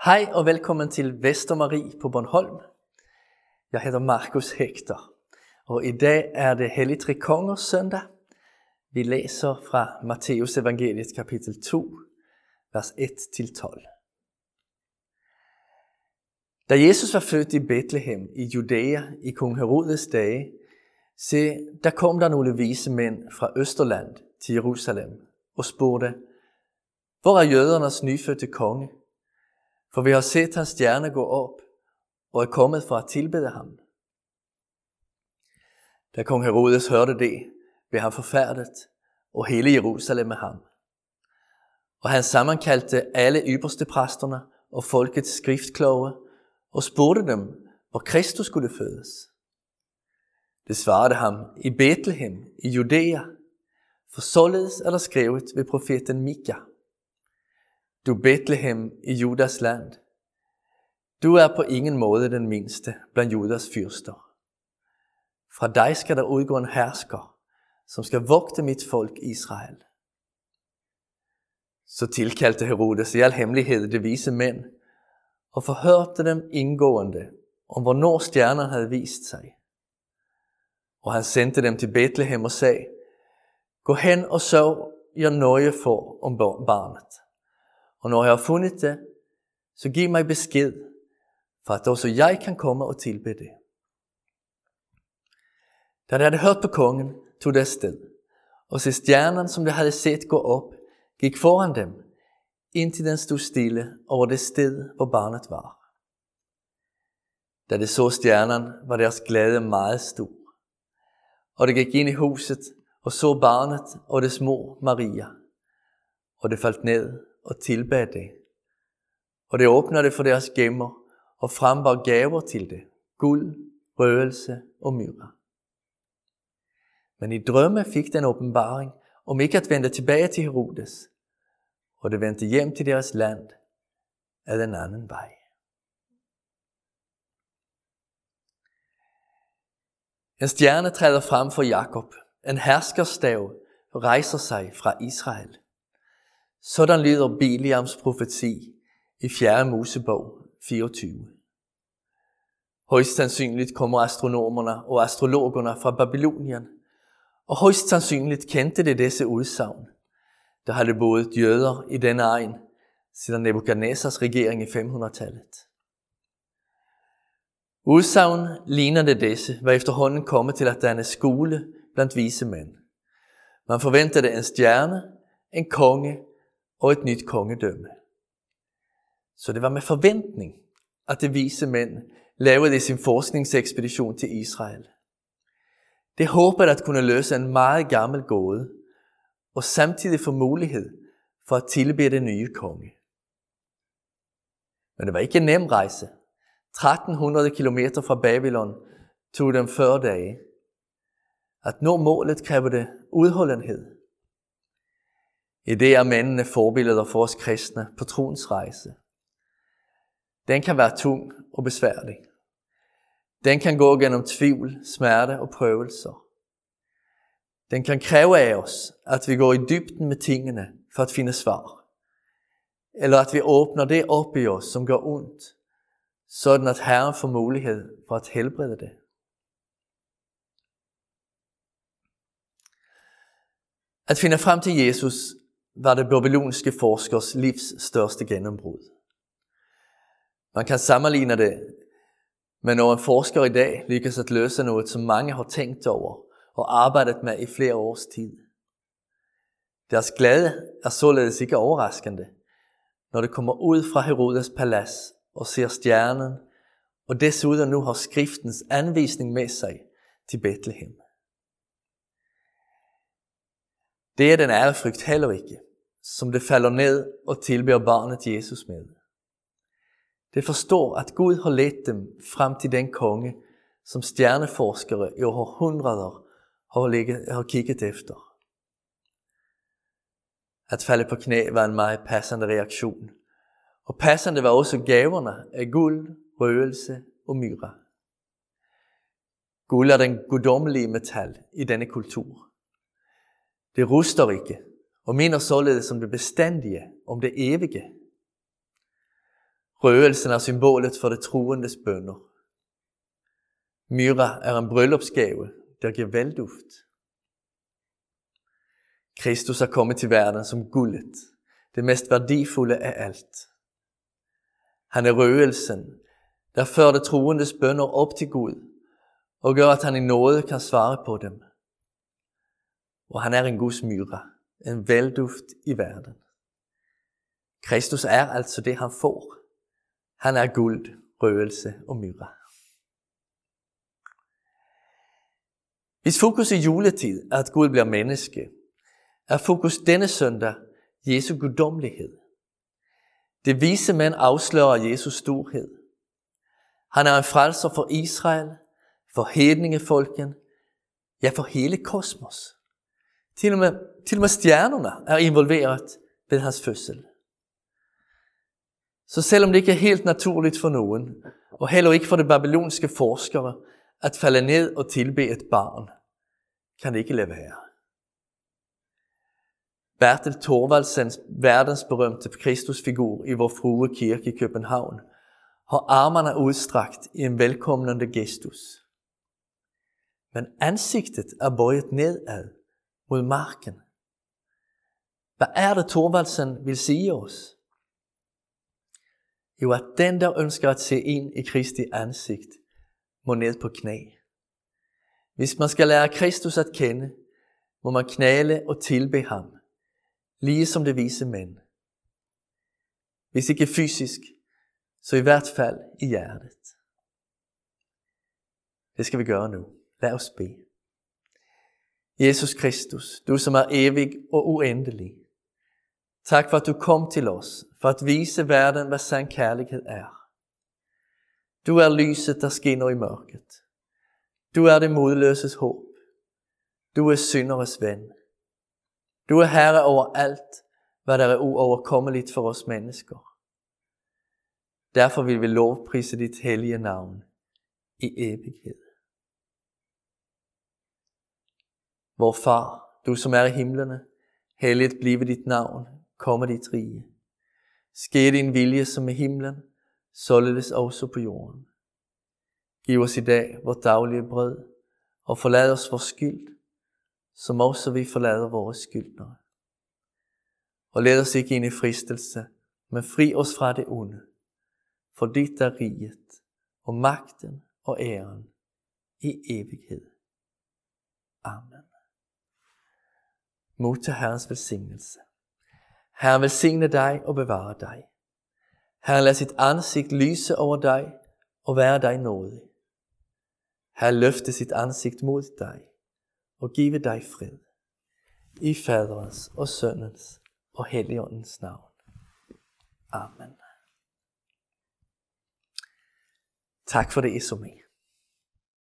Hej og velkommen til Vestermarie på Bornholm. Jeg hedder Markus Hector, og i dag er det Hellig Tre Kongers søndag. Vi læser fra Matteus evangeliet kapitel 2, vers 1-12. Da Jesus var født i Bethlehem i Judæa i kong Herodes dage, der kom der nogle vise mænd fra Østerland til Jerusalem og spurgte, hvor er jødernes nyfødte konge? For vi har set hans stjerne gå op og er kommet for at tilbede ham. Da kong Herodes hørte det, blev han forfærdet, og hele Jerusalem med ham. Og han sammenkaldte alle ypperste præsterne og folkets skriftkloge og spurgte dem, hvor Kristus skulle fødes. Det svarede ham i Bethlehem i Judæa, for således er der skrevet ved profeten Mika. Du Bethlehem i Judas land, du er på ingen måde den mindste blandt Judas fyrster. Fra dig skal der udgå en hersker, som skal vogte mit folk Israel. Så tilkaldte Herodes i al hemmelighed de vise mænd, og forhørte dem indgående om hvornår stjernen havde vist sig. Og han sendte dem til Bethlehem og sagde, gå hen og sørg jer nøje for om barnet. Og når jeg har fundet det, så giv mig besked, for at også jeg kan komme og tilbede det. Da de havde hørt på kongen, tog det afsted, og se stjernen, som de havde set gå op, gik foran dem, indtil den stod stille over det sted, hvor barnet var. Da de så stjernen, var deres glæde meget stor. Og de gik ind i huset og så barnet og dets mor Maria, og det faldt ned og tilbad det. Og det åbnede for deres gemmer og frembar gaver til det, guld, røgelse og myrra. Men i drømme fik den åbenbaring om ikke at vende tilbage til Herodes, og det vendte hjem til deres land ad en anden vej. En stjerne træder frem for Jakob, en herskerstav rejser sig fra Israel. Sådan lyder Biliams profeti i 4. Mosebog 24. Højst sandsynligt kommer astronomerne og astrologerne fra Babylonien, og højst sandsynligt kendte de disse udsagn, der havde boet jøder i denne egen siden Nebukadnezars regering i 500-tallet. Udsagn lignende disse var efterhånden kommet til at danne skole blandt vise mænd. Man forventede en stjerne, en konge og et nyt kongedømme. Så det var med forventning, at de vise mænd lavede sin forskningsekspedition til Israel. Det håbede at kunne løse en meget gammel gåde, og samtidig få mulighed for at tilbede den nye konge. Men det var ikke en nem rejse. 1300 kilometer fra Babylon tog dem 40 dage. At nå målet kræver det udholdenhed. I det er mændene forbilleder for os kristne på troens rejse. Den kan være tung og besværlig. Den kan gå gennem tvivl, smerte og prøvelser. Den kan kræve af os, at vi går i dybden med tingene for at finde svar. Eller at vi åbner det op i os, som gør ondt, sådan at Herren får mulighed for at helbrede det. At finde frem til Jesus var det babylonske forskers livs største gennembrud. Man kan sammenligne det med når en forsker i dag lykkes at løse noget, som mange har tænkt over og arbejdet med i flere års tid. Deres glæde er således ikke overraskende, når det kommer ud fra Herodes palads og ser stjernen, og desuden nu har skriftens anvisning med sig til Bethlehem. Det er den ærefrygt heller ikke, som det falder ned og tilbeder barnet Jesus med. Det forstår, at Gud har ledt dem frem til den konge, som stjerneforskere i århundreder har kigget efter. At falde på knæ var en meget passende reaktion, og passende var også gaverne af guld, røgelse og myrra. Guld er den guddommelige metal i denne kultur. Det ruster ikke, og minder således om det bestandige, om det evige. Røgelsen er symbolet for det troendes bønner. Myra er en bryllupsgave, der giver velduft. Kristus er kommet til verden som guldet, det mest værdifulde af alt. Han er røgelsen, der fører det troendes bønner op til Gud, og gør, at han i nåde kan svare på dem. Og han er en Guds myra, en velduft i verden. Kristus er altså det, han får. Han er guld, røgelse og myra. Hvis fokus i juletid er, at Gud bliver menneske, er fokus denne søndag Jesu guddommelighed. Det vise mænd afslører Jesus storhed. Han er en frelser for Israel, for hedningefolken, ja for hele kosmos. Til og med stjernerne er involveret ved hans fødsel. Så selvom det ikke er helt naturligt for nogen, og heller ikke for de babylonske forskere, at falde ned og tilbe et barn, kan det ikke lade være. Bertel Thorvaldsens verdensberømte Kristusfigur i Vor Frue Kirke i København har armene udstrakt i en velkomnende gestus. Men ansigtet er bøjet nedad mod marken. Hvad er det Thorvaldsen vil sige os? Jo, at den, der ønsker at se ind i Kristi ansigt, må ned på knæ. Hvis man skal lære Kristus at kende, må man knæle og tilbe ham, lige som det vise mænd. Hvis ikke fysisk, så i hvert fald i hjertet. Det skal vi gøre nu. Lad os bede. Jesus Kristus, du som er evig og uendelig. Tak for at du kom til os, for at vise verden, hvad sand kærlighed er. Du er lyset, der skinner i mørket. Du er det modløses håb. Du er synderes ven. Du er herre over alt, hvad der er uoverkommeligt for os mennesker. Derfor vil vi lovprise dit hellige navn i evighed. Vor far, du som er i himlene, helligt blive dit navn, komme dit rige. Ske din vilje som i himlen, således også på jorden. Giv os i dag vores daglige brød, og forlad os vores skyld, som også vi forlader vores skyldnere. Og led os ikke ind i fristelse, men fri os fra det onde. For dit er riget, og magten og æren i evighed. Amen. Modtag Herrens velsignelse. Herren velsigne dig og bevare dig. Herren lad sit ansigt lyse over dig og være dig nådig. Herren løfte sit ansigt mod dig og give dig fred. I Faderens og Sønnens og Helligåndens navn. Amen. Tak for det, Isomé.